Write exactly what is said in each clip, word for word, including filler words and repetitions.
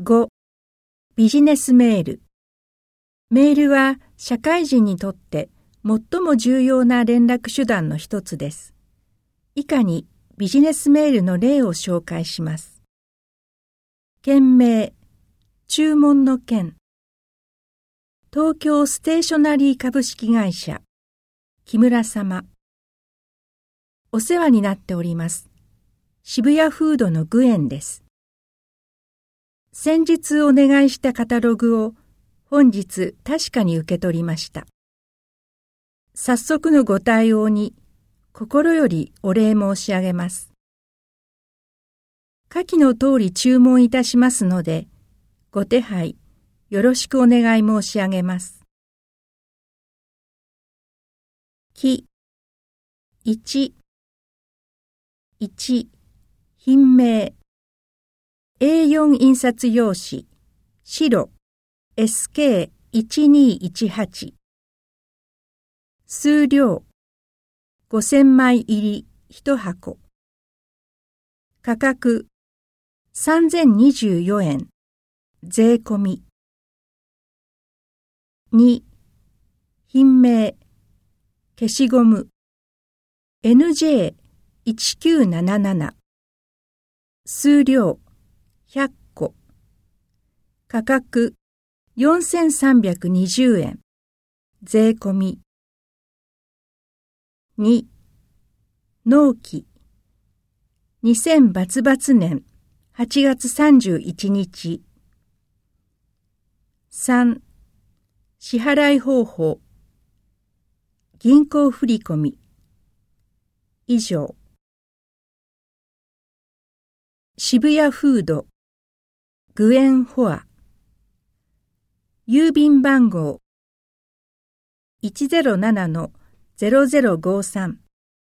ご. ビジネスメール。メールは社会人にとって最も重要な連絡手段の一つです。以下にビジネスメールの例を紹介します。件名、注文の件。東京ステーショナリー株式会社、木村様。お世話になっております。渋谷フードのグエンです。先日お願いしたカタログを本日確かに受け取りました。早速のご対応に心よりお礼申し上げます。下記の通り注文いたしますので、ご手配よろしくお願い申し上げます。き、いち、いち、品名、エーよん 印刷用紙、白、エスケーいちにいちはち。数量、ごせんまい入りいち箱。価格、さんぜんにじゅうよえん、税込み。に、品名、消しゴム、エヌジェーいちきゅうなななな。数量、ひゃっこ。価格、よんせんさんびゃくにじゅうえん、税込み。に、納期、にせんバツバツねんはちがつさんじゅういちにち。さん、支払い方法、銀行振込。以上。渋谷フード、グエンフォア。郵便番号 いちゼロななのゼロゼロごさん。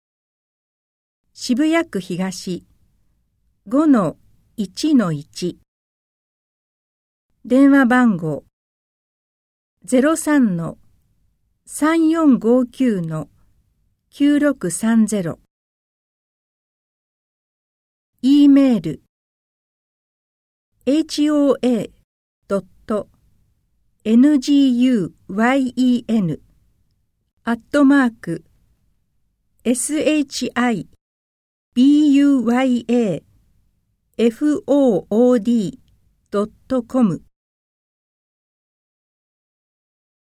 渋谷区東 ごのいちのいち。電話番号 ゼロさんのさんよんごきゅうのきゅうろくさんゼロ。E メール エイチオーエードットエヌジーユーワイイーエヌ アットマーク エスエイチアイビーユーワイエーエフオーオーディー ドットコム